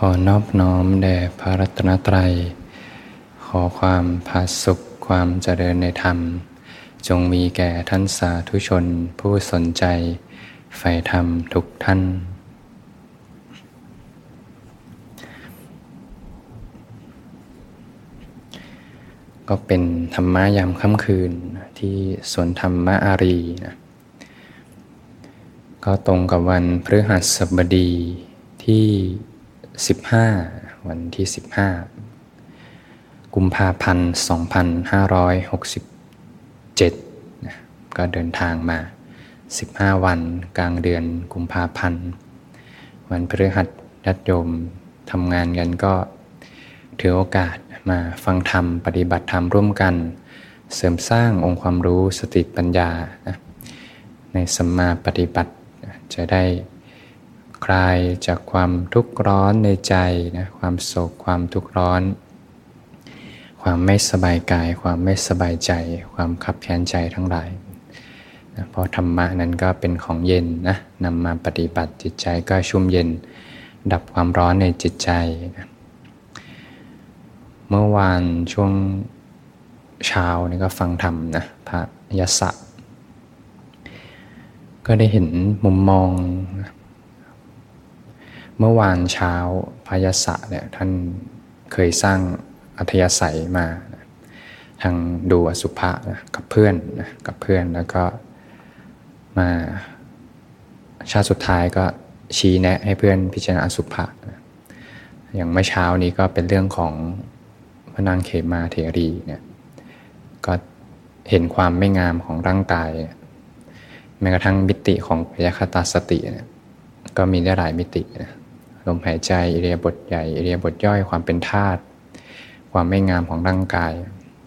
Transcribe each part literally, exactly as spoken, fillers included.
อนอบน้อมแด่พระรัตนตรัยขอความผาสุกความเจริญในธรรมจงมีแก่ท่านสาธุชนผู้สนใจใฝ่ธรรมทุกท่านก็เป็นธรรมะยามค่ำคืนที่สวนธรรมอารีนะก็ตรงกับวันพฤหัสบดีที่สิบห้าวันที่สิบห้ากุมภาพันธ์สองพันห้าร้อยหกสิบเจ็ดนะก็เดินทางมาสิบห้าวันกลางเดือนกุมภาพันธ์วันพฤหัสญาติโยมทำงานกันก็ถือโอกาสมาฟังธรรมปฏิบัติธรรมร่วมกันเสริมสร้างองค์ความรู้สติปัญญานะในสัมมาปฏิบัติจะได้คลายจากความทุกข์ร้อนในใจนะความโศกความทุกข์ร้อนความไม่สบายกายความไม่สบายใจความคับแค้นใจทั้งหลายนะเพราะธรรมะนั้นก็เป็นของเย็นนะนำมาปฏิบัติจิตใจก็ชุ่มเย็นดับความร้อนในจิตใจนะเมื่อวานช่วงเช้านี่ก็ฟังธรรมนะพระยศก็ได้เห็นมุมมองนะเมื่อวานเช้าพระยศเนี่ยท่านเคยสร้างอัธยาศัยมานะทางดูอสุภะนะกับเพื่อนนะกับเพื่อนแล้วก็มาชาติสุดท้ายก็ชี้แนะให้เพื่อนพิจารณาอสุภะนะอย่างเมื่อเช้านี้ก็เป็นเรื่องของพระนางเขมาเถรีเนี่ยก็เห็นความไม่งามของร่างกายแม้กระทั่งมิติของพยคตาสติเนี่ยก็มีได้หลายมิตินะลมหายใจอิริยาบถใหญ่อิริยาบถย่อยความเป็นธาตุความไม่งามของร่างกาย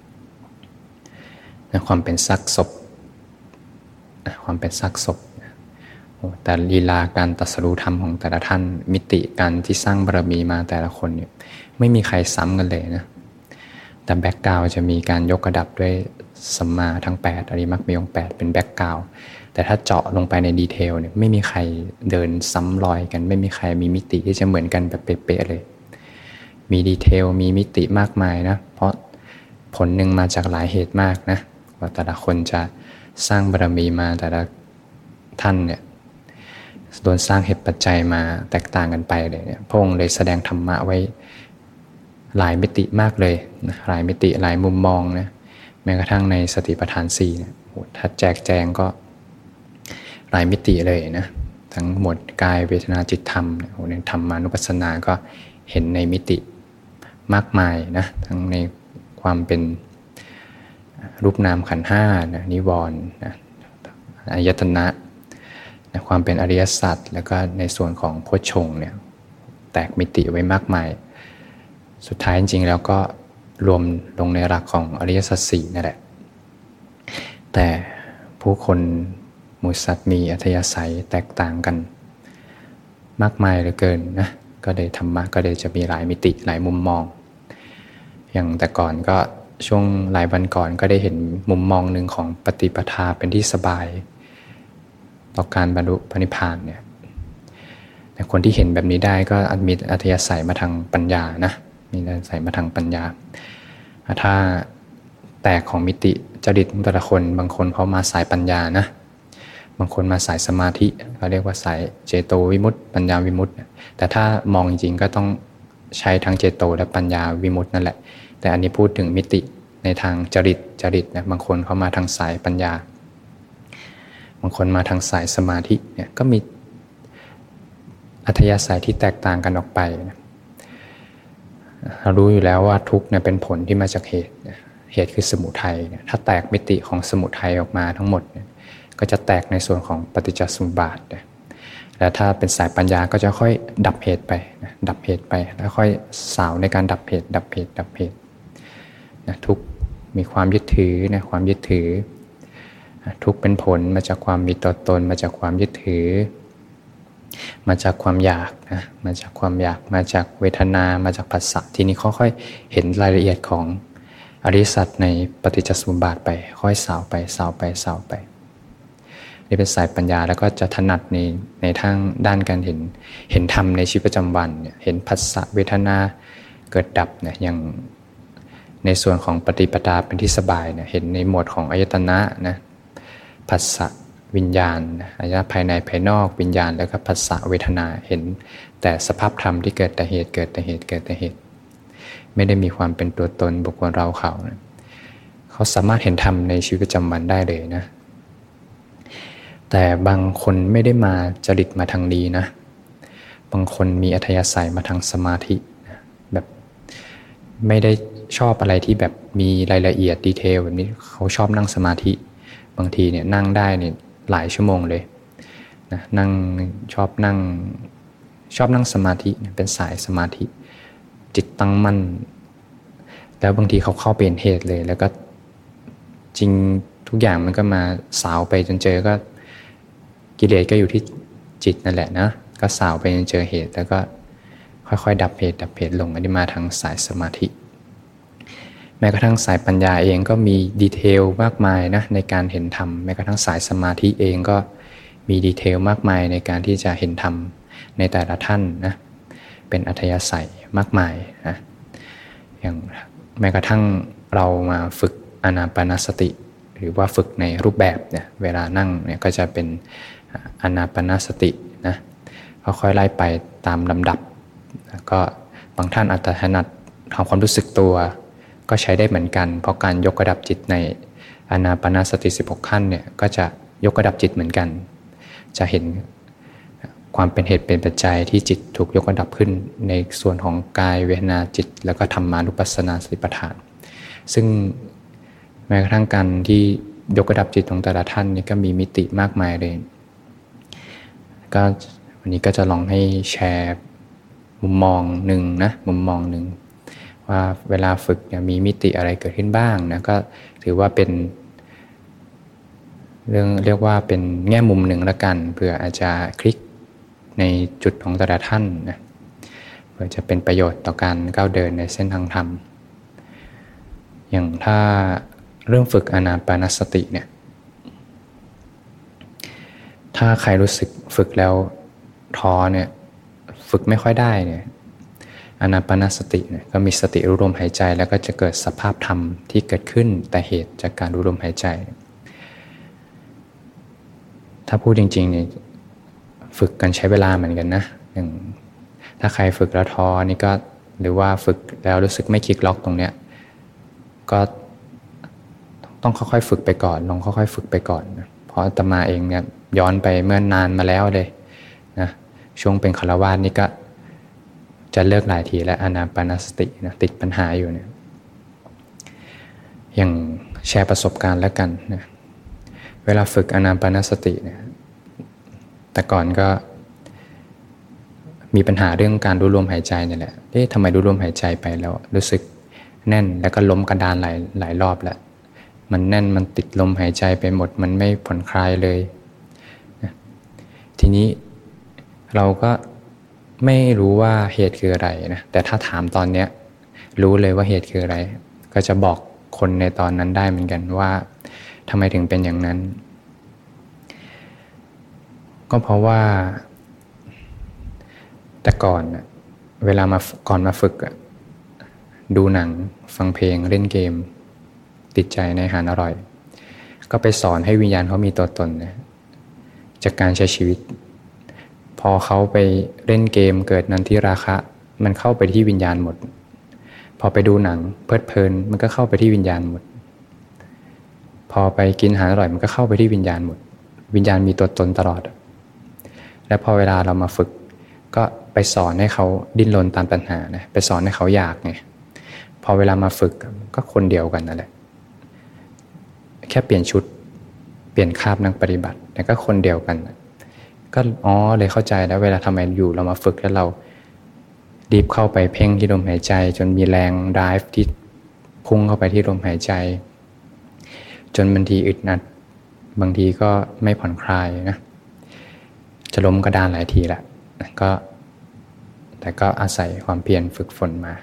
และความเป็นซากศพความเป็นซากศพแต่ลีลาการตรัสรู้ธรรมของแต่ละท่านมิติการที่สร้างบารมีมาแต่ละคนเนี่ยไม่มีใครซ้ำกันเลยนะแต่แบ็กกราวด์จะมีการยกระดับด้วยสัมมาทั้งแปดอริมัคมีองค์แปดเป็นแบ็กกราวด์แต่ถ้าเจาะลงไปในดีเทลเนี่ยไม่มีใครเดินซ้ำรอยกันไม่มีใครมีมิติที่จะเหมือนกันแบบเป๊ะๆเลยมีดีเทลมีมิติมากมายนะเพราะผลหนึ่งมาจากหลายเหตุมากนะว่าแต่ละคนจะสร้างบารมีมาแต่ละท่านเนี่ยโดนสร้างเหตุปัจจัยมาแตกต่างกันไปเลยเนี่ยพระองค์เลยแสดงธรรมะไว้หลายมิติมากเลยนะหลายมิติหลายมุมมองนะแม้กระทั่งในสติปัฏฐานสี่เนี่ยถ้าแจกแจงก็หลายมิติเลยนะทั้งหมดกายเวทนาจิตธรรมในธรรมานุปัสสนาก็เห็นในมิติมากมายนะทั้งในความเป็นรูปนามขันธ์ห้านะนิวรณ์นะอายตนะนะความเป็นอริยสัจแล้วก็ในส่วนของโพชฌงค์เนี่ยแตกมิติไว้มากมายสุดท้ายจริงๆแล้วก็รวมลงในหลักของอริยสัจสี่นั่นแหละแต่ผู้คนหมู่สัตว์มีอัธยาศัยแตกต่างกันมากมายเหลือเกินนะก็เลยธรรมะก็เลยจะมีหลายมิติหลายมุมมองอย่างแต่ก่อนก็ช่วงหลายวันก่อนก็ได้เห็นมุมมองหนึ่งของปฏิปทาเป็นที่สบายต่อการบรรลุพระนิพพานเนี่ยแต่คนที่เห็นแบบนี้ได้ก็มีอัธยาศัยมาทางปัญญานะมีอัธยาศัยมาทางปัญญาถ้าแตกของมิติจริตของแต่ละคนบางคนเขามาสายปัญญานะบางคนมาสายสมาธิเขาเรียกว่าสายเจโตวิมุตติปัญญาวิมุตติแต่ถ้ามองจริงๆก็ต้องใช้ทั้งเจโตและปัญญาวิมุตตินั่นแหละแต่อันนี้พูดถึงมิติในทางจริตจริตนะบางคนเขามาทางสายปัญญาบางคนมาทางสายสมาธิเนี่ยก็มีอัธยาศัยที่แตกต่างกันออกไปนะเรารู้อยู่แล้วว่าทุกข์เนี่ยเป็นผลที่มาจากเหตุเหตุคือสมุทัยถ้าแตกมิติของสมุทัยออกมาทั้งหมดก็จะแตกในส่วนของปฏิจจสมุปบาทแล้วถ้าเป็นสายปัญญาก็จะค่อยดับเหตุไปดับเหตุไปแล้วค่อยสาวในการดับเหตุดับเหตุดับเหตุนะทุกมีความยึดถือนะความยึดถือทุกเป็นผลมาจากความมีตัวตนมาจากความยึดถือมาจากความอยากนะมาจากความอยากมาจากเวทนามาจากผัสสะทีนี้ค่อยๆเห็นรายละเอียดของอริยสัจในปฏิจจสมุปบาทไปค่อยสาวไปสาวไปสาวไปในนี่เป็นสายปัญญาแล้วก็จะถนัดในในทางด้านการเห็นเห็นธรรมในชีวิตประจำวันเนี่ยเห็นผัสสะเวทนาเกิดดับเนี่ยอย่างในส่วนของปฏิปทาเป็นที่สบายเนี่ยเห็นในหมวดของอายตนะนะผัสสะวิญญาณอายตนะภายในภายนอกวิญญาณแล้วก็ผัสสะเวทนาเห็นแต่สภาพธรรมที่เกิดแต่เหตุเกิดแต่เหตุเกิดแต่เหตุไม่ได้มีความเป็นตัวตนบุคคลเราเขานะเขาสามารถเห็นธรรมในชีวิตประจำวันได้เลยนะแต่บางคนไม่ได้มาจริตมาทางนี้นะบางคนมีอัธยาศัยมาทางสมาธิแบบไม่ได้ชอบอะไรที่แบบมีรายละเอียดดีเทลแบบนี้เขาชอบนั่งสมาธิบางทีเนี่ยนั่งได้เนี่ยหลายชั่วโมงเลยนะนั่งชอบนั่งชอบนั่งสมาธิเป็นสายสมาธิจิตตั้งมั่นแล้วบางทีเขาเข้าเป็นเหตุเลยแล้วก็จริงทุกอย่างมันก็มาสาวไปจนเจอก็กิเลสก็อยู่ที่จิตนั่นแหละนะก็สาวไปจนเจอเหตุแล้วก็ค่อยๆดับเหตุดับเหตุลงอันนี้มาทางสายสมาธิแม้กระทั่งสายปัญญาเองก็มีดีเทลมากมายนะในการเห็นธรรมแม้กระทั่งสายสมาธิเองก็มีดีเทลมากมายในการที่จะเห็นธรรมในแต่ละท่านนะเป็นอัธยาศัยมากมายนะอย่างแม้กระทั่งเรามาฝึกอานาปานสติหรือว่าฝึกในรูปแบบเนี่ยเวลานั่งเนี่ยก็จะเป็นอานาปานสตินะค่อยๆไล่ไปตามลำดับแล้วก็บางท่านอาจจะถนัดทำความรู้สึกตัวก็ใช้ได้เหมือนกันเพราะการยกระดับจิตในอานาปานสติสิบหกขั้นเนี่ยก็จะยกระดับจิตเหมือนกันจะเห็นความเป็นเหตุเป็นปัจจัยที่จิตถูกยกระดับขึ้นในส่วนของกายเวทนาจิตแล้วก็ธรรมานุปัสสนาสติปัฏฐานซึ่งแม้กระทั่งการที่ยกระดับจิตของแต่ละท่านนี่ก็มีมิติมากมายเลยก็วันนี้ก็จะลองให้แชร์มุมมองหนึ่งนะมุมมองหนึ่งว่าเวลาฝึกเนี่ยมีมิติอะไรเกิดขึ้นบ้างนะก็ถือว่าเป็นเรื่องเรียกว่าเป็นแง่มุมหนึ่งละกันเผื่ออาจจะคลิกในจุดของแต่ละท่านนะเพื่อจะเป็นประโยชน์ต่อการก้าวเดินในเส้นทางธรรมอย่างถ้าเริ่มฝึกอานาปานสติเนี่ยถ้าใครรู้สึกฝึกแล้วท้อเนี่ยฝึกไม่ค่อยได้เนี่ยอานาปานสติเนี่ยก็มีสติรู้ลมหายใจแล้วก็จะเกิดสภาพธรรมที่เกิดขึ้นแต่เหตุจากการรู้ลมหายใจถ้าพูดจริงๆเนี่ยฝึกกันใช้เวลาเหมือนกันนะอย่างถ้าใครฝึกแล้วท้อนี่ก็หรือว่าฝึกแล้วรู้สึกไม่คลิกล็อกตรงเนี้ยก็ต้องค่อยๆฝึกไปก่อนลองค่อยๆฝึกไปก่อนนะเพราะอาตมาเองเนี่ยย้อนไปเมื่อนานมาแล้วเลยนะช่วงเป็นฆราวาสนี่ก็จะเลิกหลายทีแล้วอานาปานสตินะติดปัญหาอยู่เนี่ยอย่างแชร์ประสบการณ์แล้วกันนะเวลาฝึกอานาปานสติเนี่ยแต่ก่อนก็มีปัญหาเรื่องการรู้ลมหายใจนี่แหละเอ๊ะทำไมรู้ลมหายใจไปแล้วรู้สึกแน่นแล้วก็ล้มกระดานหลายหลายรอบแล้วมันแน่นมันติดลมหายใจไปหมดมันไม่ผ่อนคลายเลยนะทีนี้เราก็ไม่รู้ว่าเหตุคืออะไรนะแต่ถ้าถามตอนเนี้ยรู้เลยว่าเหตุคืออะไรก็จะบอกคนในตอนนั้นได้เหมือนกันว่าทำไมถึงเป็นอย่างนั้นก็เพราะว่าแต่ก่อนเวลามาก่อนมาฝึกดูหนังฟังเพลงเล่นเกมติดใจในอาหารอร่อยก็ไปสอนให้วิญญาณเขามีตัวตนนะจากการใช้ชีวิตพอเขาไปเล่นเกมเกิดนันทิราคะมันเข้าไปที่วิญญาณหมดพอไปดูหนังเพลิดเพลินมันก็เข้าไปที่วิญญาณหมดพอไปกินอาหารอร่อยมันก็เข้าไปที่วิญญาณหมดวิญญาณมีตัวตนตลอดและพอเวลาเรามาฝึกก็ไปสอนให้เขาดิ้นรนตามตัณหานะไปสอนให้เขาอยากไงพอเวลามาฝึกก็คนเดียวกันนั่นแหละแค่เปลี่ยนชุดเปลี่ยนคาบนักปฏิบัติแต่ก็คนเดียวกันก็อ๋อเลยเข้าใจแล้วเวลาทำไมอยู่เรามาฝึกแล้วเรารีบเข้าไปเพ่งที่ลมหายใจจนมีแรงไดรฟ์ที่พุ่งเข้าไปที่ลมหายใจจนบางทีอึดอัดบางทีก็ไม่ผ่อนคลายนะจะล้มกระดานหลายทีแหละก็แต่ก็อาศัยความเพียรฝึกฝนมา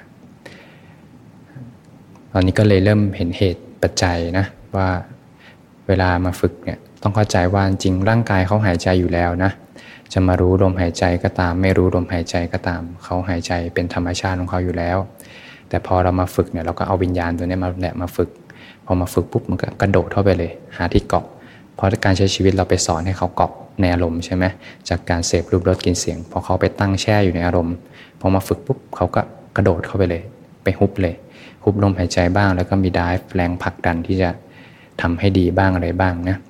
ตอนนี้ก็เลยเริ่มเห็นเหตุปัจจัยนะว่าเวลามาฝึกเนี่ยต้องเข้าใจว่าจริงร่างกายเขาหายใจอยู่แล้วนะจะมารู้ลมหายใจก็ตามไม่รู้ลมหายใจก็ตามเขาหายใจเป็นธรรมชาติของเขาอยู่แล้วแต่พอเรามาฝึกเนี่ยเราก็เอาวิญญาณตัวนี้มาแหละมาฝึกพอมาฝึกปุ๊บมันก็กระโดดเข้าไปเลยหาที่เกาะเพราะการใช้ชีวิตเราไปสอนให้เขาเกาะในอารมณ์ใช่ไหมจากการเสพรูปรสกลิ่นเสียงพอเขาไปตั้งแช่อยู่ในอารมณ์พอมาฝึกปุ๊บเขาก็กระโดดเข้าไปเลยไปฮุบเลยฮุบลมหายใจบ้างแล้วก็มีไดฟ์แรงผลักดันที่จะทำให้ดีบ้างอะไรบ้างนะ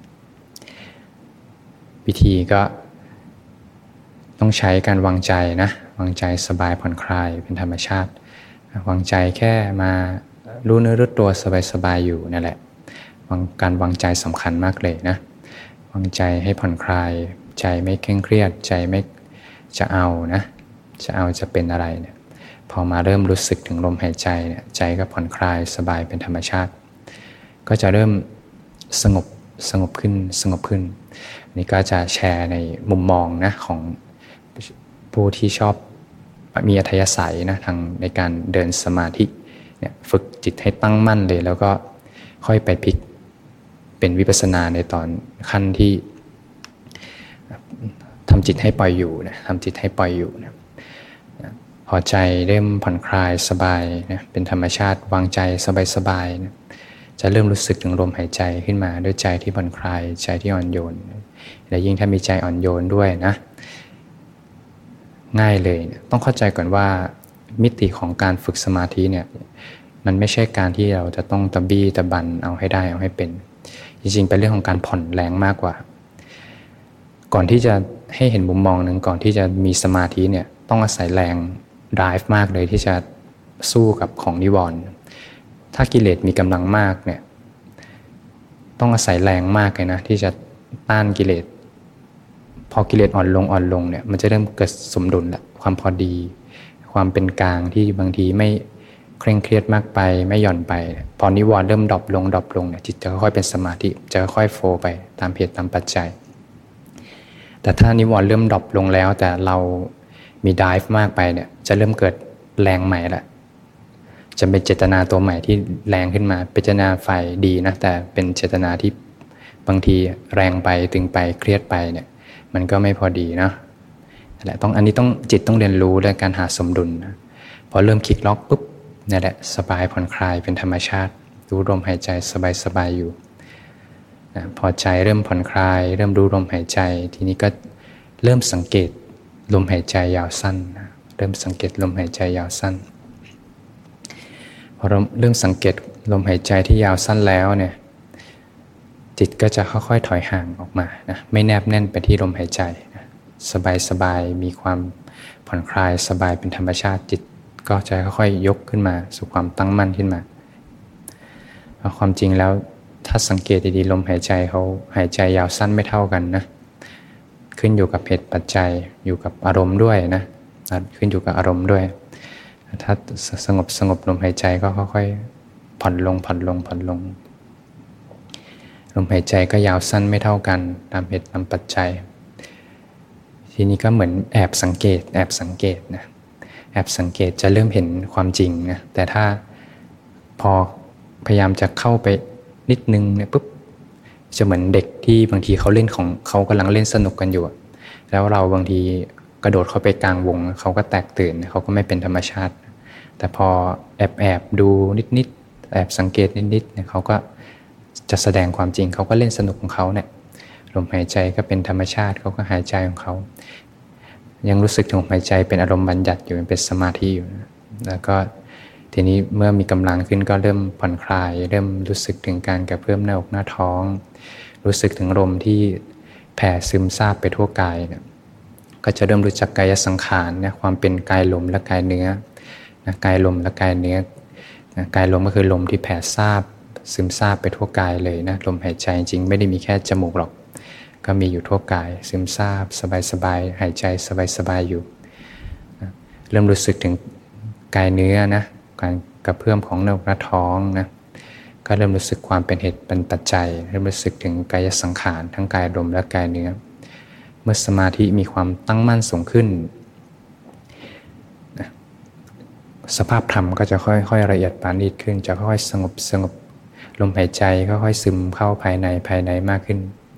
วิธีก็ต้องใช้การวางใจนะวางใจสบายผ่อนคลายเป็นธรรมชาติวางใจแค่มารู้เนื้อรู้ตัวสบายๆอยู่นั่นแหละการวางใจสำคัญมากเลยนะวางใจให้ผ่อนคลายใจไม่เคร่งเครียดใจไม่จะเอานะจะเอาจะเป็นอะไรเนี่ยพอมาเริ่มรู้สึกถึงลมหายใจเนี่ยใจก็ผ่อนคลายสบายเป็นธรรมชาติก็จะเริ่มสงบสงบขึ้นสงบขึ้นนี่ก็จะแชร์ในมุมมองนะของผู้ที่ชอบมีอัธยาศัยนะทางในการเดินสมาธิเนี่ยฝึกจิตให้ตั้งมั่นเลยแล้วก็ค่อยไปพลิกเป็นวิปัสสนาในตอนขั้นที่ทำจิตให้ปล่อยอยู่นะทำจิตให้ปล่อยอยู่นะพอใจเริ่มผ่อนคลายสบายนะเป็นธรรมชาติวางใจสบายๆนะจะเริ่มรู้สึกถึงลมหายใจขึ้นมาด้วยใจที่ผ่อนคลายใจที่อ่อนโยนและยิ่งถ้ามีใจอ่อนโยนด้วยนะง่ายเลยต้องเข้าใจก่อนว่ามิติของการฝึกสมาธิเนี่ยมันไม่ใช่การที่เราจะต้องตะบี้ตะบันเอาให้ได้เอาให้เป็นจริงๆเป็นเรื่องของการผ่อนแรงมากกว่าก่อนที่จะให้เห็นมุมมองหนึ่งก่อนที่จะมีสมาธิเนี่ยต้องอาศัยแรง drive มากเลยที่จะสู้กับของนิวรณ์ถ้ากิเลสมีกำลังมากเนี่ยต้องอาศัยแรงมากเลยนะที่จะต้านกิเลสพอกิเลสอ่อนลงอ่อนลงเนี่ยมันจะเริ่มเกิดสมดุลละความพอดีความเป็นกลางที่บางทีไม่เคร่งเครียดมากไปไม่หย่อนไปพอนิวรณ์เริ่มดรอปลงดรอปลงเนี่ยจิตจะค่อยๆเป็นสมาธิจะค่อยๆโฟลว์ไปตามเหตุตามปัจจัยแต่ถ้านิวรณ์เริ่มดรอปลงแล้วแต่เรามีไดฟ์มากไปเนี่ยจะเริ่มเกิดแรงใหม่ละจะเป็นเจตนาตัวใหม่ที่แรงขึ้นมาเป็นเจตนาฝ่ายดีนะแต่เป็นเจตนาที่บางทีแรงไปตึงไปเครียดไปเนี่ยมันก็ไม่พอดีนะนั่นแหละต้องอันนี้ต้องจิตต้องเรียนรู้และการหาสมดุลนะพอเริ่มคลิกล็อกปุ๊บนี่แหละสบายผ่อนคลายเป็นธรรมชาติรู้ลมหายใจสบายๆอยู่นะพอใจเริ่มผ่อนคลายเริ่มรู้ลมหายใจทีนี้ก็เริ่มสังเกตลมหายใจยาวสั้นนะเริ่มสังเกตลมหายใจยาวสั้นพอเริ่มสังเกตลมหายใจที่ยาวสั้นแล้วเนี่ยจิตก็จะค่อยๆถอยห่างออกมานะไม่แนบแน่นไปที่ลมหายใจนะสบายๆมีความผ่อนคลายสบายเป็นธรรมชาติจิตก็จะค่อยๆยกขึ้นมาสู่ความตั้งมั่นขึ้นมาเพราะความจริงแล้วถ้าสังเกตดีๆลมหายใจเขาหายใจยาวสั้นไม่เท่ากันนะขึ้นอยู่กับเหตุปัจจัยอยู่กับอารมณ์ด้วยนะขึ้นอยู่กับอารมณ์ด้วยถ้าสงบสงบลมหายใจก็ค่อยๆผ่อนลงผ่อนลงผ่อนลงลมหายใจก็ยาวสั้นไม่เท่ากันตามเหตุตามปัจจัยทีนี้ก็เหมือนแอบสังเกตแอบสังเกตนะแอบสังเกตจะเริ่มเห็นความจริงนะแต่ถ้าพอพยายามจะเข้าไปนิดนึงเนี่ยปุ๊บจะเหมือนเด็กที่บางทีเขาเล่นของเขากำลังเล่นสนุกกันอยู่แล้วเราบางทีกระโดดเข้าไปกลางวงเขาก็แตกตื่นเขาก็ไม่เป็นธรรมชาติแต่พอแอบแอบดูนิดๆแอบสังเกตนิดๆเนี่ยเขาก็จะแสดงความจริงเขาก็เล่นสนุกของเขาเนี่ยลมหายใจก็เป็นธรรมชาติเขาก็หายใจของเขายังรู้สึกถึงลมหายใจเป็นอารมณ์บัญญัติอยู่เป็นสมาธิอยู่แล้วก็ทีนี้เมื่อมีกำลังขึ้นก็เริ่มผ่อนคลายเริ่มรู้สึกถึงการกระเพื่อมหน้าอกหน้าท้องรู้สึกถึงลมที่แผ่ซึมซาบไปทั่วกายเนี่ยก็จะเริ่มรู้จักกายสังขารเนี่ยความเป็นกายลมและกายเนื้อนะกายลมและกายเนื้อนะกายลมก็คือลมที่แผ่ซาบซึมซาบไปทั่วกายเลยนะลมหายใจจริงไม่ได้มีแค่จมูกหรอกก็มีอยู่ทั่วกายซึมซาบสบายๆหายใจสบายๆอยู่นะเริ่มรู้สึกถึงกายเนื้อนะการกระเพื่อมของหน้าอกหน้าท้องนะก็เริ่มรู้สึกความเป็นเหตุเป็นปัจจัยเริ่มรู้สึกถึงกายสังขารทั้งกายลมและกายเนื้อเมื่อสมาธิมีความตั้งมั่นสูงขึ้นนะสภาพธรรมก็จะค่อยๆละเอียดปราณีตขึ้นจะค่อยๆสงบสงบลมหายใจค่อยๆซึมเข้าภายในภายในมากขึ้น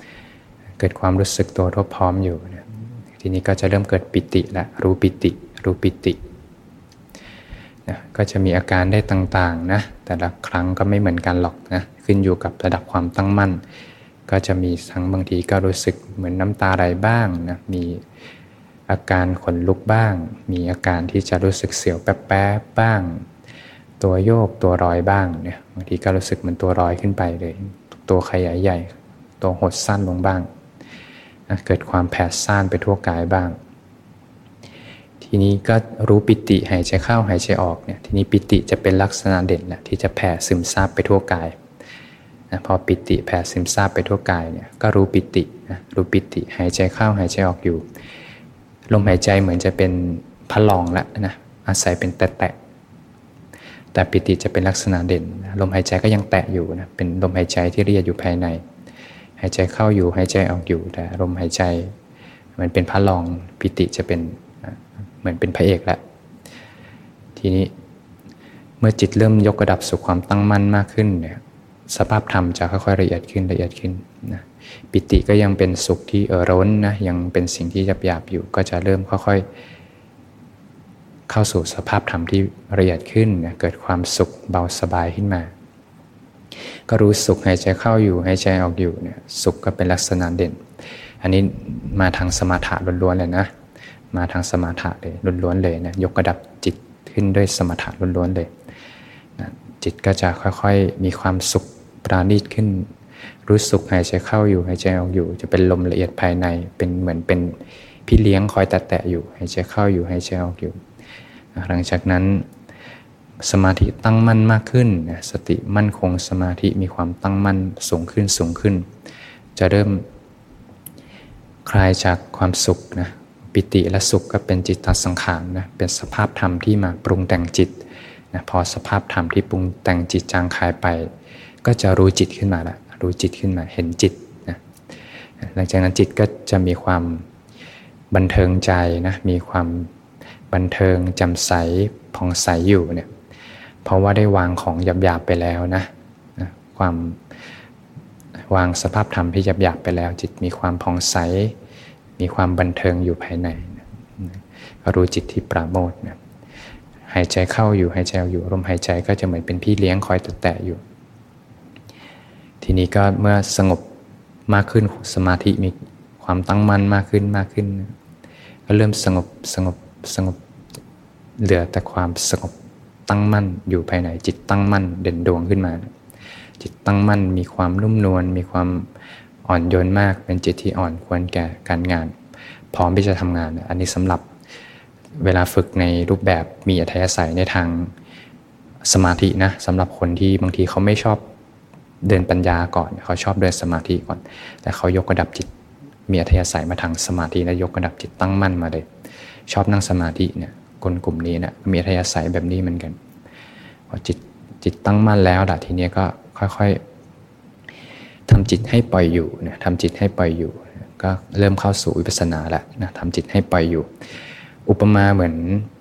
เกิดความรู้สึกตัวทั่วพร้อมอยู่นะทีนี้ก็จะเริ่มเกิดปิติละรู้ปิติรู้ปิตินะก็จะมีอาการได้ต่างๆนะแต่ละครั้งก็ไม่เหมือนกันหรอกนะขึ้นอยู่กับระดับความตั้งมั่นก็จะมีทั้งบางทีก็รู้สึกเหมือนน้ำตาไหลบ้างนะมีอาการขนลุกบ้างมีอาการที่จะรู้สึกเสียวแป๊บๆบ้างตัวโยกตัวรอยบ้างเนี่ยบางทีก็รู้สึกเหมือนตัวรอยขึ้นไปเลยตัวขยายใหญ่ตัวหดสั้นลงบ้างนะเกิดความแผ่ซ่านไปทั่วกายบ้างทีนี้ก็รู้ปิติหายใจเข้าหายใจออกเนี่ยทีนี้ปิติจะเป็นลักษณะเด่นแหละที่จะแผ่ซึมซาบไปทั่วกายนะพอปิติแผ่ซึมซาบไปทั่วกายเนี่ยก็รู้ปิตินะรู้ปิติหายใจเข้าหายใจออกอยู่ลมหายใจเหมือนจะเป็นพะลองละนะอาศัยเป็นแตะๆแต่ปิติจะเป็นลักษณะเด่นลมหายใจก็ยังแตะอยู่นะเป็นลมหายใจที่เรียดอยู่ภายในหายใจเข้าอยู่หายใจออกอยู่แต่ลมหายใจเหมือนเป็นพะลองปิติจะเป็นเหมือนเป็นพระเอกแล้วทีนี้เมื่อจิตเริ่มยกระดับสู่ความตั้งมั่นมากขึ้นเนี่ยสภาพธรรมจะค่อยๆละเอียดขึ้นละเอียดขึ้นนะปิติก็ยังเป็นสุขที่เอ่อร้นนะยังเป็นสิ่งที่หยาบๆอยู่ก็จะเริ่มค่อยๆเข้าสู่สภาพธรรมที่ละเอียดขึ้นนะเกิดความสุขเบาสบายขึ้นมาก็รู้สุขหายใจเข้าอยู่หายใจออกอยู่เนี่ยสุขก็เป็นลักษณะเด่นอันนี้มาทางสมถะล้วนๆเลยนะมาทางสมถะเลยล้วนๆเลยนะยกระดับจิตขึ้นด้วยสมถะล้วนๆเลยนะจิตก็จะค่อยๆมีความสุขปราณีตขึ้นรู้สุขหายใจเข้าอยู่หายใจออกอยู่จะเป็นลมละเอียดภายในเป็นเหมือนเป็นพี่เลี้ยงคอยแตะๆอยู่หายใจเข้าอยู่หายใจออกอยู่หลังจากนั้นสมาธิตั้งมั่นมากขึ้นสติมั่นคงสมาธิมีความตั้งมั่นสูงขึ้นสูงขึ้นจะเริ่มคลายจากความสุขนะปิติและสุขก็เป็นจิตตสังขารนะเป็นสภาพธรรมที่มาปรุงแต่งจิตนะพอสภาพธรรมที่ปรุงแต่งจิตจางคายไปก็จะรู้จิตขึ้นมาละรู้จิตขึ้นมาเห็นจิตนะหลังจากนั้นจิตก็จะมีความบันเทิงใจนะมีความบันเทิงแจ่มใสผ่องใสอยู่เนี่ยเพราะว่าได้วางของหยาบๆไปแล้วนะนะความวางสภาพธรรมที่หยาบๆไปแล้วจิตมีความผ่องใสมีความบันเทิงอยู่ภายในนะก็รู้จิตที่ปราโมทย์นะหายใจเข้าอยู่หายใจออกอยู่ลมหายใจก็จะเหมือนเป็นพี่เลี้ยงคอยแตะๆอยู่ทีนี้ก็เมื่อสงบมากขึ้นสมาธิมีความตั้งมั่นมากขึ้นมากขึ้นก็เริ่มสงบสงบสงบเหลือแต่ความสงบตั้งมั่นอยู่ภายในจิตตั้งมั่นเด่นดวงขึ้นมาจิตตั้งมั่นมีความนุ่มนวลมีความอ่อนโยนมากเป็นจิตที่อ่อนควรแก่การงานพร้อมที่จะทำงานอันนี้สำหรับเวลาฝึกในรูปแบบมีอัธยาศัยในทางสมาธินะสำหรับคนที่บางทีเขาไม่ชอบเดินปัญญาก่อนเขาชอบเดินสมาธิก่อนแต่เขายกระดับจิตมีอัธยาศัยมาทางสมาธิและยกระดับจิตตั้งมั่นมาเลยชอบนั่งสมาธิเนี่ยคนกลุ่มนี้นะมีอัธยาศัยแบบนี้เหมือนกันพอจิตจิตตั้งมั่นแล้วล่ะทีนี้ก็ค่อยๆทำจิตให้ปล่อยอยู่นะทำจิตให้ปล่อยอยู่ก็เริ่มเข้าสู่วิปัสสนาแล้วนะทำจิตให้ปล่อยอยู่อุปมาเหมือน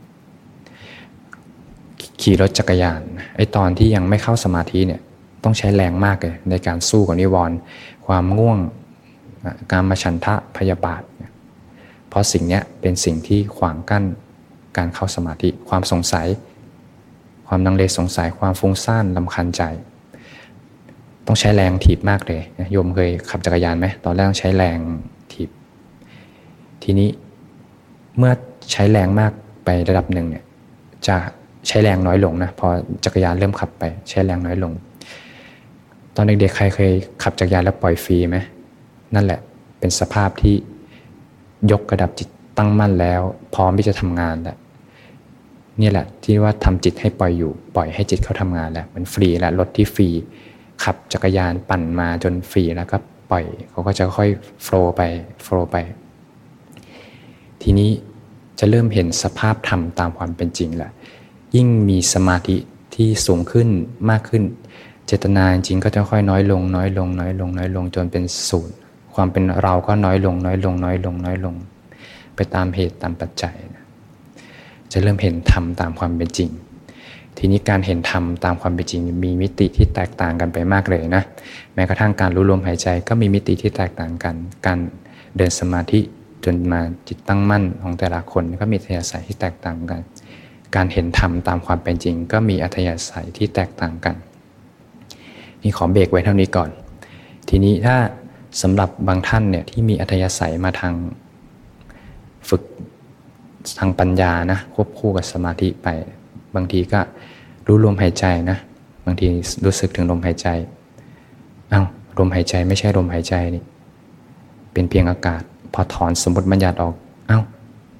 ขี่รถจักรยานไอ้ตอนที่ยังไม่เข้าสมาธิเนี่ยต้องใช้แรงมากเลยในการสู้กับนิวรณ์ความง่วงการมาฉันทะพยาบาทเพราะสิ่งนี้เป็นสิ่งที่ขวางกั้นการเข้าสมาธิความสงสัยความลังเลสงสัยความฟุ้งซ่านรำคาญใจต้องใช้แรงถีบมากเลยโยมเคยขับจักรยานไหมตอนแรกต้องใช้แรงถีบทีนี้เมื่อใช้แรงมากไประดับหนึ่งเนี่ยจะใช้แรงน้อยลงนะพอจักรยานเริ่มขับไปใช้แรงน้อยลงตอนเด็กๆใครเคยขับจักรยานแล้วปล่อยฟรีไหมนั่นแหละเป็นสภาพที่ยกระดับจิตตั้งมั่นแล้วพร้อมที่จะทำงานแล้วนี่แหละที่ว่าทำจิตให้ปล่อยอยู่ปล่อยให้จิตเขาทำงานแล้วมันฟรีแล้วรถที่ฟรีขับจักรยานปั่นมาจนฟรีแล้วก็ปล่อยเขาก็จะค่อยโฟลว์ไปโฟลว์ไปทีนี้จะเริ่มเห็นสภาพธรรมตามความเป็นจริงแหละยิ่งมีสมาธิที่สูงขึ้นมากขึ้นเจตนาจริงก็จะค่อยน้อยลงน้อยลงน้อยลงน้อยลงจนเป็นศูนย์ความเป็นเราก็น้อยลงน้อยลงน้อยลงน้อยลงไปตามเหตุตามปัจจัยนะจะเริ่มเห็นธรรมตามความเป็นจริงทีนี้การเห็นธรรมตามความเป็นจริงมีมิติที่แตกต่างกันไปมากเลยนะแม้กระทั่งการรู้ลมหายใจก็มีมิติที่แตกต่างกันการเดินสมาธิจนมาจิตตั้งมั่นของแต่ละคนก็มีอัธยาศัยที่แตกต่างกันการเห็นธรรมตามความเป็นจริงก็มีอัธยาศัยที่แตกต่างกันนี่ขอเบรกไว้เท่านี้ก่อนทีนี้ถ้าสำหรับบางท่านเนี่ยที่มีอัธยาศัยมาทางฝึกทางปัญญานะควบคู่กับสมาธิไปบางทีก็รู้ลมหายใจนะบางทีรู้สึกถึงลมหายใจอ้าวลมหายใจไม่ใช่ลมหายใจนี่เป็นเพียงอากาศพอถอนสมมติบัญญัติออกอ้าว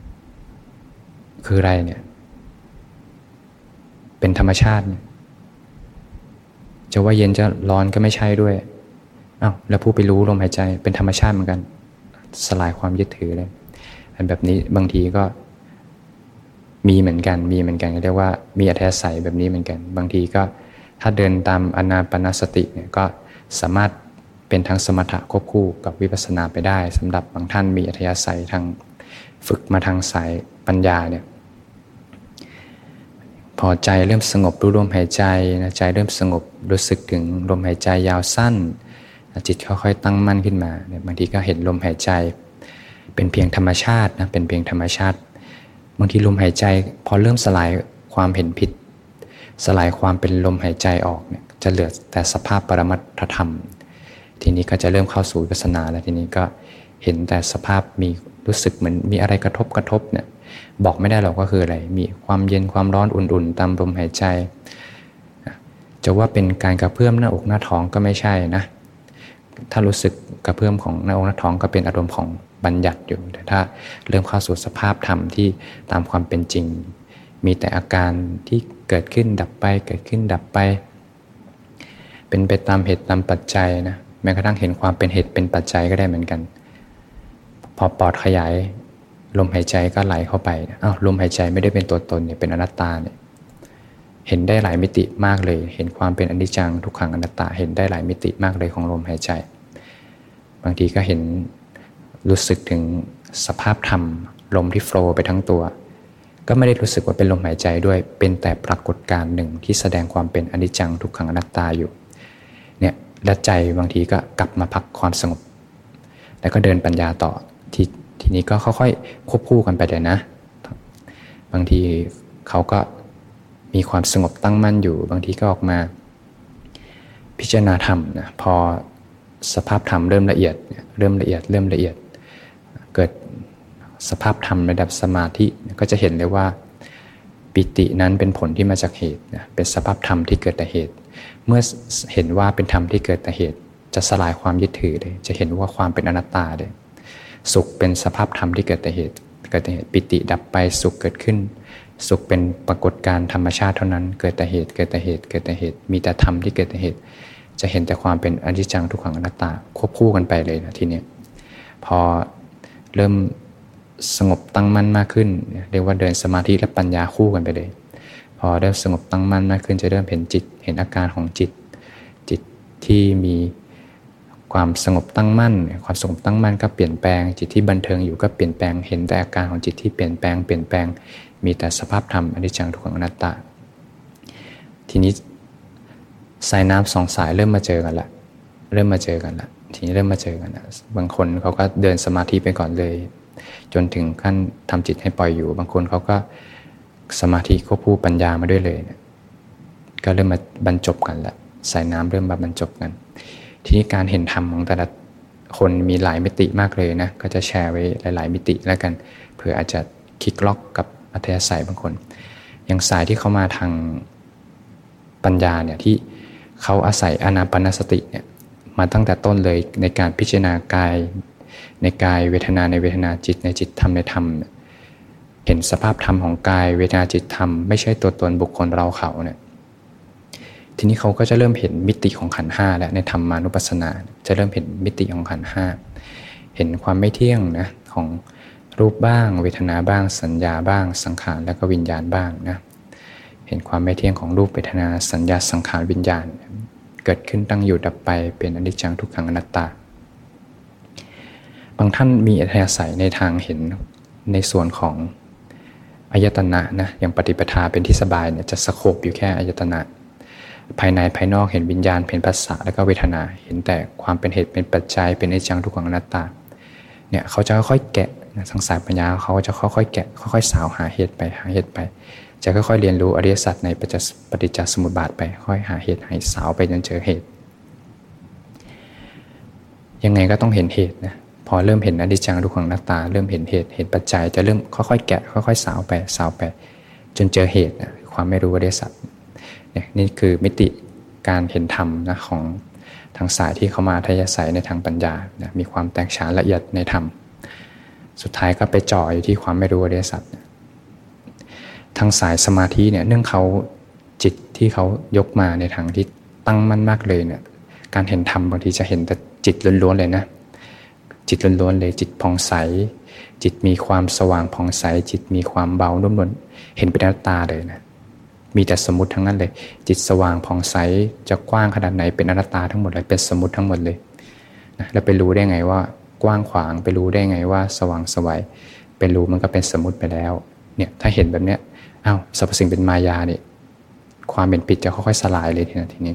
คืออะไรเนี่ยเป็นธรรมชาติจะว่าเย็นจะร้อนก็ไม่ใช่ด้วยอ้าวแล้วผู้ไปรู้ลมหายใจเป็นธรรมชาติเหมือนกันสลายความยึดถือเลยอันแบบนี้บางทีก็มีเหมือนกันมีเหมือนกันเรียกว่ามีอัธยาศัยแบบนี้เหมือนกันบางทีก็ถ้าเดินตามอานาปานสติเนี่ยก็สามารถเป็นทั้งสมถะควบคู่กับวิปัสสนาไปได้สำหรับบางท่านมีอัธยาศัยทางฝึกมาทางสายปัญญาเนี่ยพอใจเริ่มสงบรู้ลมหายใจนะใจเริ่มสงบรู้สึกถึงลมหายใจยาวสั้นจิตค่อยๆตั้งมั่นขึ้นมาเนี่ยบางทีก็เห็นลมหายใจเป็นเพียงธรรมชาตินะเป็นเพียงธรรมชาติบางทีลมหายใจพอเริ่มสลายความเห็นผิดสลายความเป็นลมหายใจออกเนี่ยจะเหลือแต่สภาพปรมัตถธรรมทีนี้ก็จะเริ่มเข้าสู่วิปัสสนาแล้วทีนี้ก็เห็นแต่สภาพมีรู้สึกเหมือนมีอะไรกระทบกระทบเนี่ยบอกไม่ได้หรอกว่าคืออะไรมีความเย็นความร้อนอุ่นๆตามลมหายใจจะว่าเป็นการกระเพื่อมหน้าอกหน้าท้องก็ไม่ใช่นะถ้ารู้สึกกระเพื่อมของหน้าอกหน้าท้องก็เป็นอารมณ์ของบัญญัติอยู่แต่ถ้าเริ่มเข้าสู่สภาพธรรมที่ตามความเป็นจริงมีแต่อาการที่เกิดขึ้นดับไปเกิดขึ้นดับไปเป็นไปตามเหตุตามปัจจัยนะแม้กระทั่งเห็นความเป็นเหตุเป็นปัจจัยก็ได้เหมือนกันพอปอดขยายลมหายใจก็ไหลเข้าไปอ้าวลมหายใจไม่ได้เป็นตัวตนเนี่ยเป็นอนัตตาเนี่ยเห็นได้หลายมิติมากเลยเห็นความเป็นอนิจจังทุกขังอนัตตาเห็นได้หลายมิติมากเลยของลมหายใจบางทีก็เห็นรู้สึกถึงสภาพธรรมลมที่โฟลว์ไปทั้งตัวก็ไม่ได้รู้สึกว่าเป็นลมหายใจด้วยเป็นแต่ปรากฏการณ์หนึ่งที่แสดงความเป็นอนิจจังทุกขังอนัตตาอยู่เนี่ยและใจบางทีก็กลับมาพักความสงบแล้วก็เดินปัญญาต่อทีทีนี้ก็ค่อยๆควบคู่กันไปเลยนะบางทีเขาก็มีความสงบตั้งมั่นอยู่บางทีก็ออกมาพิจารณาธรรมนะพอสภาพธรรมเริ่มละเอียดเริ่มละเอียดเริ่มละเอียดเกิดสภาพธรรมระดับสมาธิก็จะเห็นเลยว่าปิตินั้นเป็นผลที่มาจากเหตุเป็นสภาพธรรมที่เกิดแต่เหตุเมื่อเห็นว่าเป็นธรรมที่เกิดแต่เหตุจะสลายความยึดถือเลยจะเห็นว่าความเป็นอนัตตาเลยสุขเป็นสภาพธรรมที่เกิดแต่เหตุเกิดแต่เหตุปิติดับไปสุขเกิดขึ้นสุขเป็นปรากฏการณ์ธรรมชาติเท่านั้นเกิดแต่เหตุเกิดแต่เหตุเกิดแต่เหตุมีแต่ธรรมที่เกิดแต่เหตุจะเห็นแต่ความเป็นอนิจจังทุกขังอนัตตาควบคู่กันไปเลยนะทีนี้พอเริ่มสงบตั้งมั่นมากขึ้นเรียกว่าเดินสมาธิและปัญญาคู่กันไปเลยพอเริ่มสงบตั้งมั่นมากขึ้นจะเริ่มเห็นจิตเห็นอาการของจิตจิตที่มีความสงบตั้งมั่นความสงบตั้งมั่นก็เปลี่ยนแปลงจิตที่บันเทิงอยู่ก็เปลี่ยนแปลงเห็นแต่อาการของจิตที่เปลี่ยนแปลงเปลี่ยนแปลงมีแต่สภาพธรรมอนิจจังทุกขังอนัตตาทีนี้สายน้ำสองสายเริ่มมาเจอกันละเริ่มมาเจอกันละทีนี้เริ่มมาเจอกันละบางคนเขาก็เดินสมาธิไปก่อนเลยจนถึงขั้นทำจิตให้ปล่อยอยู่บางคนเขาก็สมาธิควบคู่ปัญญามาด้วยเลยเนี่ยก็เริ่มมาบรรจบกันละสายน้ำเริ่มมาบรรจบกันทีนี้การเห็นธรรมของแต่ละคนมีหลายมิติมากเลยนะก็จะแชร์ไว้หลายๆมิติแล้วกันเผื่ออาจจะคลิกล็อกกับอัธยาศัยบางคนอย่างสายที่เขามาทางปัญญาเนี่ยที่เขาอาศัยอานาปานสติเนี่ยมาตั้งแต่ต้นเลยในการพิจารณากายในกายเวทนาในเวทนาจิตในจิตธรรมในธรรมเห็นสภาพธรรมของกายเวทนาจิตธรรมไม่ใช่ตัวตนบุคคลเราเขาเนี่ยทีนี้เขาก็จะเริ่มเห็นมิติของขันธ์ห้าและในธรรมานุปัสสนาจะเริ่มเห็นมิติของขันธ์ห้าเห็นความไม่เที่ยงนะของรูปบ้างเวทนาบ้างสัญญาบ้างสังขารและก็วิญญาณบ้างนะเห็นความไม่เที่ยงของรูปเวทนาสัญญาสังขารวิญญาณเกิดขึ้นตั้งอยู่ดับไปเป็นอนิจจังทุกขังอนัตตาบางท่านมีอัธยาศัยในทางเห็นในส่วนของอายตนะนะอย่างปฏิปทาเป็นที่สบายเนี่ยจะสโคปอยู่แค่อายตนะภายในภายนอกเห็นวิญญาณเห็นภาษาแล้วก็เวทนาเห็นแต่ความเป็นเหตุเป็นปัจจัยเป็นอนิจจังทุกขังอนัตตาเนี่ยเขาจะค่อยๆแกะทางสายปัญญาเขาจะค่อยๆแกะค่อยๆสาวหาเหตุไปหาเหตุไปจะค่อยๆเรียนรู้อริยสัจในปฏิจจสมุปบาทไปค่อยหาเหตุหาสาวไปจนเจอเหตุยังไงก็ต้องเห็นเหตุนะพอเริ่มเห็นอนิจจังทุกขังอนัตตาเริ่มเห็นเหตุเห็นปัจจัยจะเริ่มค่อยๆแกะค่อยๆสาวไปสาวไปจนเจอเหตุนะความไม่รู้อริยสัจเนี่ยนี่คือมิติการเห็นธรรมนะของทางสายที่เข้ามาทยาศัยในทางปัญญานะมีความแตกฉานละเอียดในธรรมสุดท้ายก็ไปจ่ออยู่ที่ความไม่รู้อริยสัจทางสายสมาธิเนี่ยเนื่องเขาจิตที่เขายกมาในทางที่ตั้งมั่นมากเลยเนี่ยการเห็นธรรมบางทีจะเห็นแต่จิตล้วนๆเลยนะจิตล้วนๆเลยจิตผ่องใสจิตมีความสว่างผ่องใสจิตมีความเบานุ่มนวลเห็นเป็นอนัตตาเลยนะมีแต่สมมุติทั้งนั้นเลยจิตสว่างผ่องใสจะกว้างขนาดไหนเป็นอนัตตาทั้งหมดเลยเป็นสมมุติทั้งหมดเลยนะแล้วไปรู้ได้ไงว่ากว้างขวางไปรู้ได้ไงว่าสว่างไสวไปรู้มันก็เป็นสมมุติไปแล้วเนี่ยถ้าเห็นแบบเนี้ยอ้าวสรรพสิ่งเป็นมายาเนี่ยความเป็นปิดจะค่อยๆสลายเลยทีนี้ทีนี้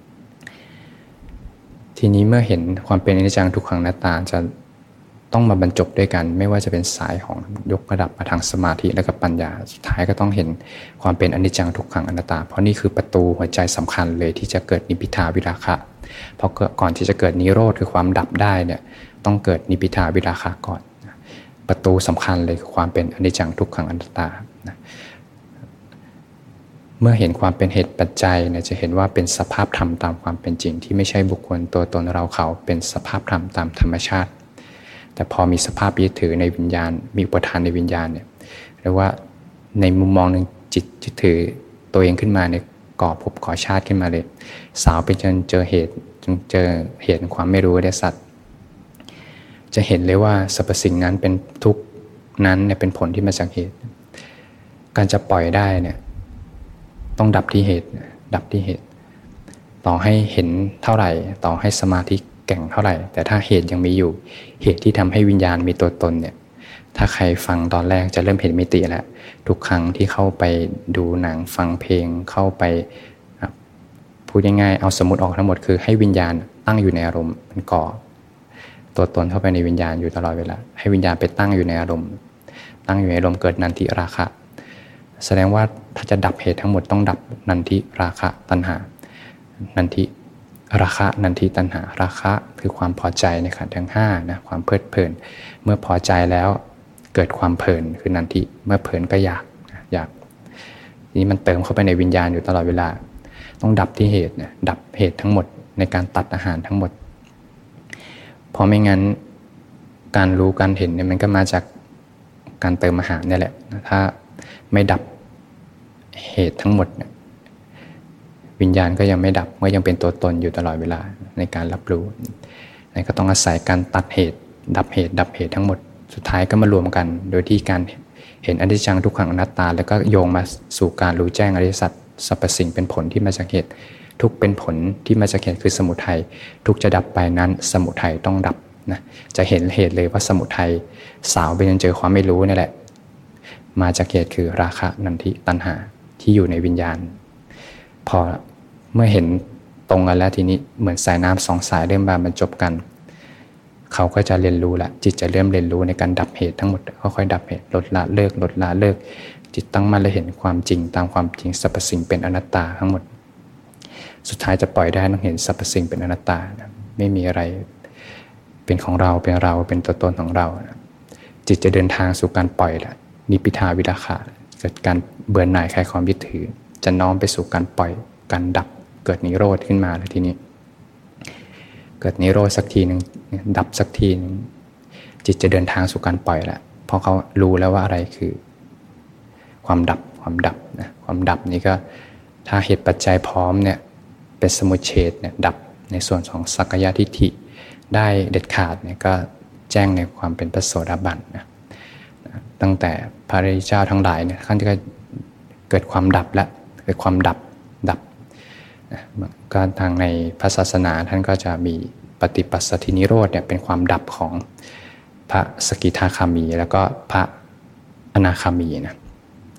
ทีนี้เมื่อเห็นความเป็นอนิจจังทุกขังอนัตตาจะต้องมาบรรจบด้วยกันไม่ว่าจะเป็นสายของยกระดับมาทางสมาธิและก็ปัญญาสุดท้ายก็ต้องเห็นความเป็นอนิจจังทุกขังอนัตตาเพราะนี่คือประตูหัวใจสำคัญเลยที่จะเกิดนิพพิทาวิราคะเพราะก่อนที่จะเกิดนิโรธคือความดับได้เนี่ยต้องเกิดนิพพิทาวิราคะก่อนประตูสำคัญเลยคือความเป็นอนิจจังทุกขังอนัตตาเมื่อเห็นความเป็นเหตุปัจจัยเนี่ยจะเห็นว่าเป็นสภาพธรรมตามความเป็นจริงที่ไม่ใช่บุคคลตัวตนเราเขาเป็นสภาพธรรมตามธรรมชาติแต่พอมีสภาพยึดถือในวิญญาณมีอุปทานในวิญญาณเนี่ยเรียกว่าในมุมมองหนึ่งจิตยึดถือตัวเองขึ้นมาเนี่ยก่อภพก่อชาติขึ้นมาเลยสาวไปจนเจอเหตุจนเจอเหตุความไม่รู้อริยสัจจะเห็นเลยว่าสรรพสิ่งนั้นเป็นทุกข์นั้นเนี่ยเป็นผลที่มาจากเหตุการจะปล่อยได้เนี่ยต้องดับที่เหตุดับที่เหตุต่อให้เห็นเท่าไหร่ต่อให้สมาธิแก่งเท่าไหร่แต่ถ้าเหตุยังมีอยู่เหตุที่ทำให้วิญญาณมีตัวตนเนี่ยถ้าใครฟังตอนแรกจะเริ่มเห็นมิติแล้วทุกครั้งที่เข้าไปดูหนังฟังเพลงเข้าไปพูดง่ายๆเอาสมมติออกทั้งหมดคือให้วิญญาณตั้งอยู่ในอารมณ์เป็นก่อตัวตนเข้าไปในวิญญาณอยู่ตลอดเวลาให้วิญญาณไปตั้งอยู่ในอารมณ์ตั้งอยู่ในอารมณ์เกิดนันทิราคะแสดงว่าถ้าจะดับเหตุทั้งหมดต้องดับนันทิราคะตัณหานันทิราคะนันทิตัณหาราคะคือความพอใจในขันธ์ทั้งห้านะความเพลิดเพลินเมื่อพอใจแล้วเกิดความเพลินคือนันทิเมื่อเพลินก็อยากอยากนี้มันเติมเข้าไปในวิญญาณอยู่ตลอดเวลาต้องดับที่เหตุนะดับเหตุทั้งหมดในการตัดอาหารทั้งหมดเพราะไม่งั้นการรู้การเห็นเนี่ยมันก็มาจากการเติมอาหารนี่แหละถ้าไม่ดับเหตุทั้งหมดเนี่ยวิญญาณก็ยังไม่ดับก็ยังเป็นตัวตนอยู่ตลอดเวลาในการรับรู้นั่นก็ต้องอาศัยการตัดเหตุดับเหตุดับเหตุทั้งหมดสุดท้ายก็มารวมกันโดยที่การเห็นอนิจจังทุกขังอนัตตาแล้วก็โยงมาสู่การรู้แจ้งอริยสัจสรรพสิ่งเป็นผลที่มาจากเหตุทุกเป็นผลที่มาจากเหตุคือสมุทัยทุกจะดับไปนั้นสมุทัยต้องดับนะจะเห็นเหตุเลยว่าสมุทัยสาวไปจนเจอความไม่รู้นี่แหละมาจากเหตุคือราคะนันทิตัณหาที่อยู่ในวิญญาณพอเมื่อเห็นตรงกันแล้วทีนี้เหมือนสายน้ำสองสายเริ่มมาบรรจบกันเขาก็จะเรียนรู้ละจิตจะเริ่มเรียนรู้ในการดับเหตุทั้งหมดค่อยๆดับเหตุลดละเลิกลดละเลิกจิตตั้งมั่นและเห็นความจริงตามความจริงสรรพสิ่งเป็นอนัตตาทั้งหมดสุดท้ายจะปล่อยได้ต้องเห็นสรรพสิ่งเป็นอนัตตานะไม่มีอะไรเป็นของเราเป็นเราเป็นตัวตนของเรานะจิตจะเดินทางสู่การปล่อยละนิพพิทาวิราคะเกิดการเบื่อหน่ายคลายความยึดถือจะน้อมไปสู่การปล่อยการดับเกิดนิโรธขึ้นมาแล้วทีนี้เกิดนิโรธสักทีหนึ่งดับสักทีหนึ่งจิตจะเดินทางสู่การปล่อยแล้วเพราะเขารู้แล้วว่าอะไรคือความดับความดับนะความดับนี้ก็ถ้าเหตุปัจจัยพร้อมเนี่ยเป็นสมุจเฉทเนี่ยดับในส่วนของสักกายทิฏฐิได้เด็ดขาดเนี่ยก็แจ้งในความเป็นพระโสดาบันนะตั้งแต่พระริยเจ้าทั้งหลายเนี่ยท่านก็เกิดความดับและเกิดความดับดับนะก็ทางในพระศาสนาท่านก็จะมีปฏิปัสสธินิโรธเนี่ยเป็นความดับของพระสกิทาคามีแล้วก็พระอนาคามีนะ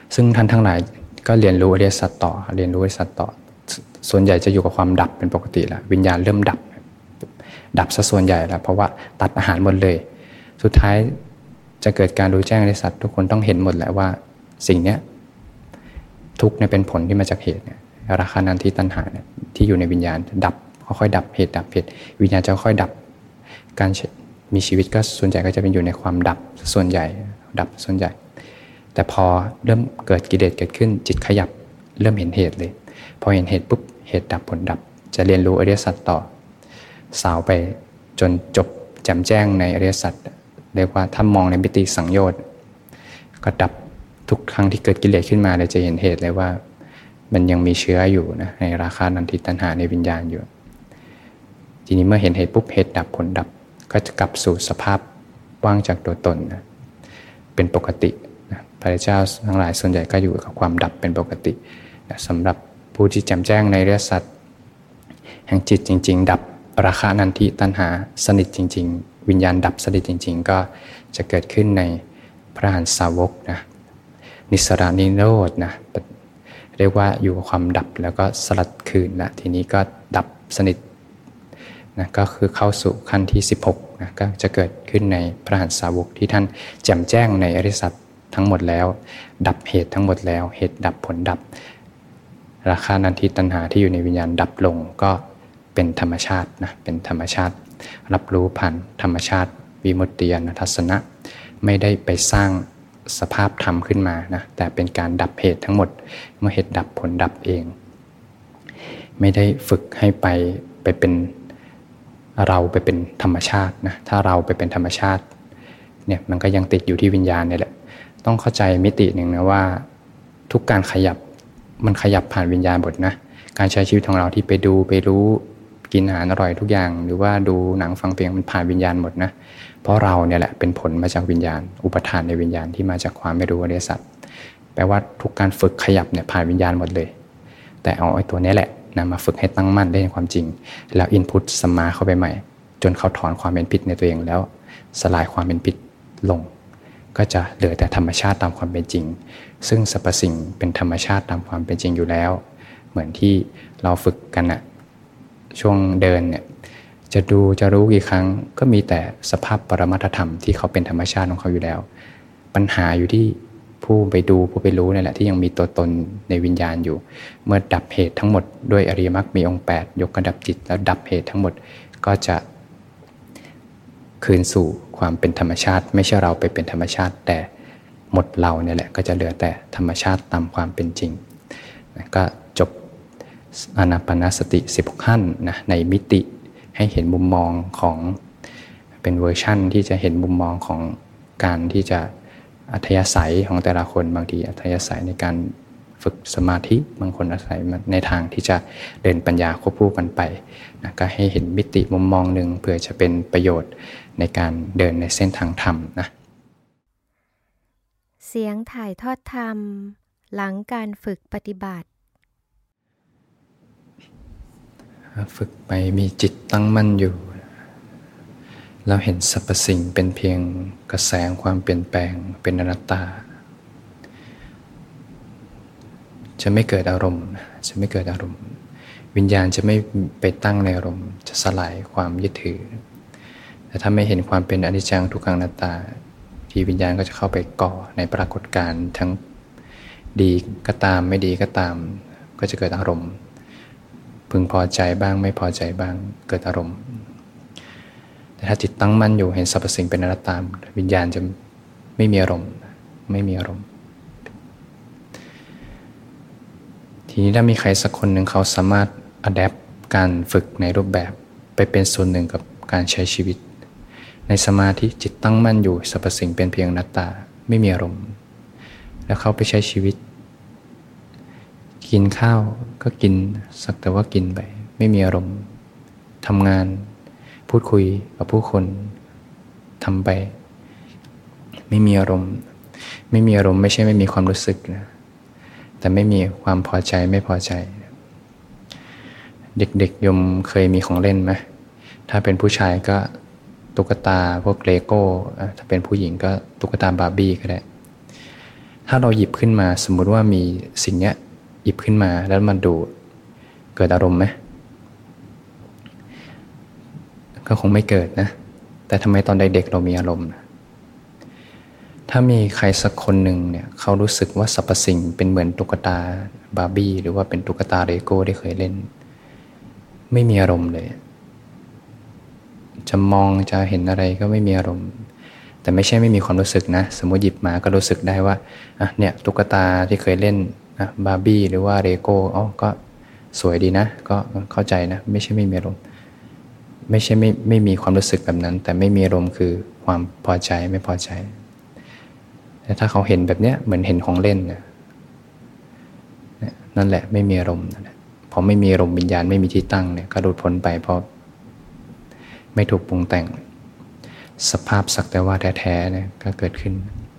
ซึ่งท่านทั้งหลายก็เรียนรู้อริยสัจต่อเรียนรู้อริยสัจต่อส่วนใหญ่จะอยู่กับความดับเป็นปกติแล้ววิญญาณเริ่มดับดับซะส่วนใหญ่แล้วเพราะว่าตัดอาหารหมดเลยสุดท้ายจะเกิดการรู้แจ้งอริยสัจทุกคนต้องเห็นหมดแหละว่าสิ่งเนี้ยทุกข์เนี่ยเป็นผลที่มาจากเหตุเนี่ยราคะนันทิตัณหาเนี่ยที่อยู่ในวิญญาณดับค่อยๆดับเหตุดับเหตุวิญญาณจะค่อยๆดับการมีชีวิตก็ส่วนใหญ่ก็จะเป็นอยู่ในความดับส่วนใหญ่ดับส่วนใหญ่แต่พอเริ่มเกิดกิเลสเกิดขึ้นจิตขยับเริ่มเห็นเหตุเลยพอเห็นเหตุปุ๊บเหตุดับผลดับจะเรียนรู้อริยสัจต่อสาวไปจนจบแจ่มแจ้งในอริยสัจเรียกว่าถ้ามองในมิติสังโยชน์ก็ดับทุกครั้งที่เกิดกิเลสขึ้นมาเลยจะเห็นเหตุเลยว่ามันยังมีเชื้ออยู่นะในราคะนันทิตัณหาในวิญญาณอยู่ทีนี้เมื่อเห็นเหตุปุ๊บเหตุดับผลดับก็จะกลับสู่สภาพว่างจากตัวตนนะเป็นปกตินะพระเจ้าทั้งหลายส่วนใหญ่ก็อยู่กับความดับเป็นปกตินะสำหรับผู้ที่แจ่มแจ้งในอริยสัจแห่งจิตจริงๆดับราคะนันทิตัณหาสนิทจริงๆวิญญาณดับสนิทจริงๆก็จะเกิดขึ้นในพระอรหันตสาวกนะนิสรนิโรธนะเรียกว่าอยู่กับความดับแล้วก็สลัดคืนนะทีนี้ก็ดับสนิทนะก็คือเข้าสู่ขั้นที่สิบหกนะก็จะเกิดขึ้นในพระอรหันตสาวกที่ท่านแจ่มแจ้งในอริยสัจทั้งหมดแล้วดับเหตุทั้งหมดแล้วเหตุดับผลดับราคะนันทิตัณหาที่อยู่ในวิญญาณดับลงก็เป็นธรรมชาตินะเป็นธรรมชาติรับรู้ผ่านธรรมชาติวิมุตติญาณทัศนะไม่ได้ไปสร้างสภาพธรรมขึ้นมานะแต่เป็นการดับเหตุทั้งหมดเมื่อเหตุดับผลดับเองไม่ได้ฝึกให้ไปไปเป็นเราไปเป็นธรรมชาตินะถ้าเราไปเป็นธรรมชาติเนี่ยมันก็ยังติดอยู่ที่วิญญาณเนี่ยแหละต้องเข้าใจมิติหนึ่งนะว่าทุกการขยับมันขยับผ่านวิญญาณหมดนะการใช้ชีวิตของเราที่ไปดูไปรู้กินอาหารอร่อยทุกอย่างหรือว่าดูหนังฟังเพลงมันผ่านวิญญาณหมดนะเพราะเราเนี่ยแหละเป็นผลมาจากวิญญาณอุปทานในวิญญาณที่มาจากความไม่รู้อริยสัจแปลว่าทุกการฝึกขยับเนี่ยผ่านวิญญาณหมดเลยแต่เอาไอ้ตัวนี้แหละนะมาฝึกให้ตั้งมั่นได้ในความจริงแล้วอินพุตสัมมาเข้าไปใหม่จนเขาถอนความเป็นผิดในตัวเองแล้วสลายความเป็นผิดลงก็จะเหลือแต่ธรรมชาติตามความเป็นจริงซึ่งสรรพสิ่งเป็นธรรมชาติตามความเป็นจริงอยู่แล้วเหมือนที่เราฝึกกันนะช่วงเดินเนี่ยจะดูจะรู้กี่ครั้งก็มีแต่สภาพปรมัตถธรรมที่เขาเป็นธรรมชาติของเขาอยู่แล้วปัญหาอยู่ที่ผู้ไปดูผู้ไปรู้นั่นแหละที่ยังมีตัวตนในวิญญาณอยู่เมื่อดับเหตุทั้งหมดด้วยอริยมรรคมีองค์แปดยกกระดับจิตแล้วดับเหตุทั้งหมดก็จะคืนสู่ความเป็นธรรมชาติไม่ใช่เราไปเป็นธรรมชาติแต่หมดเราเนี่ยแหละก็จะเหลือแต่ธรรมชาติตามความเป็นจริงก็จบอานาปานสติสิบขั้นนะในมิติให้เห็นมุมมองของเป็นเวอร์ชั่นที่จะเห็นมุมมองของการที่จะอัธยาศัยของแต่ละคนบางทีอัธยาศัยในการฝึกสมาธิบางคนอาศัยในทางที่จะเดินปัญญาควบคู่กันไปนะก็ให้เห็นมิติมุมมองหนึ่งเพื่อจะเป็นประโยชน์ในการเดินในเส้นทางธรรมนะเสียงถ่ายทอดธรรมหลังการฝึกปฏิบัติฝึกไปมีจิตตั้งมั่นอยู่แล้วเห็นสรรพสิ่งเป็นเพียงกระแสความเปลี่ยนแปลงเป็นอนัตตาจะไม่เกิดอารมณ์จะไม่เกิดอารมณ์วิญญาณจะไม่ไปตั้งในอารมณ์จะสลายความยึดถือแต่ถ้าไม่เห็นความเป็นอนิจจังทุกขังอนัตตาที่วิญญาณก็จะเข้าไปก่อในปรากฏการณ์ทั้งดีก็ตามไม่ดีก็ตามก็จะเกิดอารมณ์พึงพอใจบ้างไม่พอใจบ้างเกิดอารมณ์แต่ถ้าจิตตั้งมั่นอยู่เห็นสรรพสิ่งเป็นอนัตตาวิญญาณจะไม่มีอารมณ์ไม่มีอารมณ์ทีนี้ถ้ามีใครสักคนหนึ่งเขาสามารถอะแดปการฝึกในรูปแบบไปเป็นส่วนหนึ่งกับการใช้ชีวิตในสมาธิจิตตั้งมั่นอยู่สรรพสิ่งเป็นเพียงอนัตตาไม่มีอารมณ์แล้วเขาไปใช้ชีวิตกินข้าวก็กินสักแต่ว่ากินไปไม่มีอารมณ์ทำงานพูดคุยกับผู้คนทำไปไม่มีอารมณ์ไม่มีอารมณ์ไม่ใช่ไม่มีความรู้สึกนะแต่ไม่มีความพอใจไม่พอใจเด็กๆยมเคยมีของเล่นไหมถ้าเป็นผู้ชายก็ตุ๊กตาพวกเลโก้ถ้าเป็นผู้หญิงก็ตุ๊กตาบาร์บี้ก็ได้ถ้าเราหยิบขึ้นมาสมมุติว่ามีสิ่งเนี้ยหยิบขึ้นมาแล้วมันดูเกิดอารมณ์ไหมก็คงไม่เกิดนะแต่ทำไมตอนเด็กๆเรามีอารมณ์ถ้ามีใครสักคนหนึ่งเนี่ยเขารู้สึกว่าสรรพสิ่งเป็นเหมือนตุ๊กตาบาร์บี้หรือว่าเป็นตุ๊กตาเลโก้ที่เคยเล่นไม่มีอารมณ์เลยจะมองจะเห็นอะไรก็ไม่มีอารมณ์แต่ไม่ใช่ไม่มีความรู้สึกนะสมมติหยิบมาก็รู้สึกได้ว่าอ่ะเนี่ยตุ๊กตาที่เคยเล่นนะบาร์บี้หรือว่าเลโก้อ๋อก็สวยดีนะก็เข้าใจนะไม่ใช่ไม่มีอารมณ์ไม่ใช่ไม่ไม่มีความรู้สึกแบบนั้นแต่ไม่มีอารมณ์คือความพอใจไม่พอใจแต่ถ้าเขาเห็นแบบเนี้ยเหมือนเห็นของเล่นนะนั่นแหละไม่มีอารมณ์นั่นแหละพอไม่มีอารมณ์วิญญาณไม่มีที่ตั้งเนี่ยก็หลุดพ้นไปเพราะไม่ถูกปรุงแต่งสภาพสักแต่ว่าแท้ๆเนี่ยก็เกิดขึ้น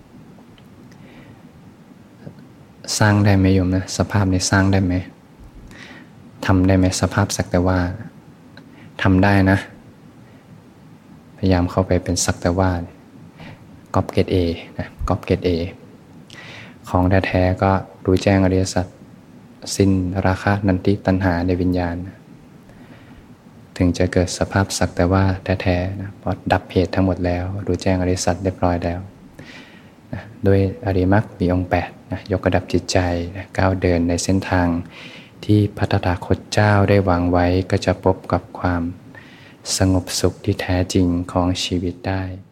สร้างได้ไหมโยมนะสภาพนี้สร้างได้ไหมทำได้ไหมสภาพสักแต่ว่าทำได้นะพยายามเข้าไปเป็นสักแต่ว่าก๊อปเกตเอนะก๊อปเกตเอของแท้ๆก็รู้แจ้งอริยสัจสิ้นราคะนันทิตัณหาในวิญญาณถึงจะเกิดสภาพสักแต่ว่าแท้ๆนะพอดับเหตุทั้งหมดแล้วรู้แจ้งอริยสัจเรียบร้อยแล้วนะด้วยอริยมรรคมีองค์แปดนะยกระดับจิตใจนะก้าวเดินในเส้นทางที่พระตถาคตเจ้าได้วางไว้ก็จะพบกับความสงบสุขที่แท้จริงของชีวิตได้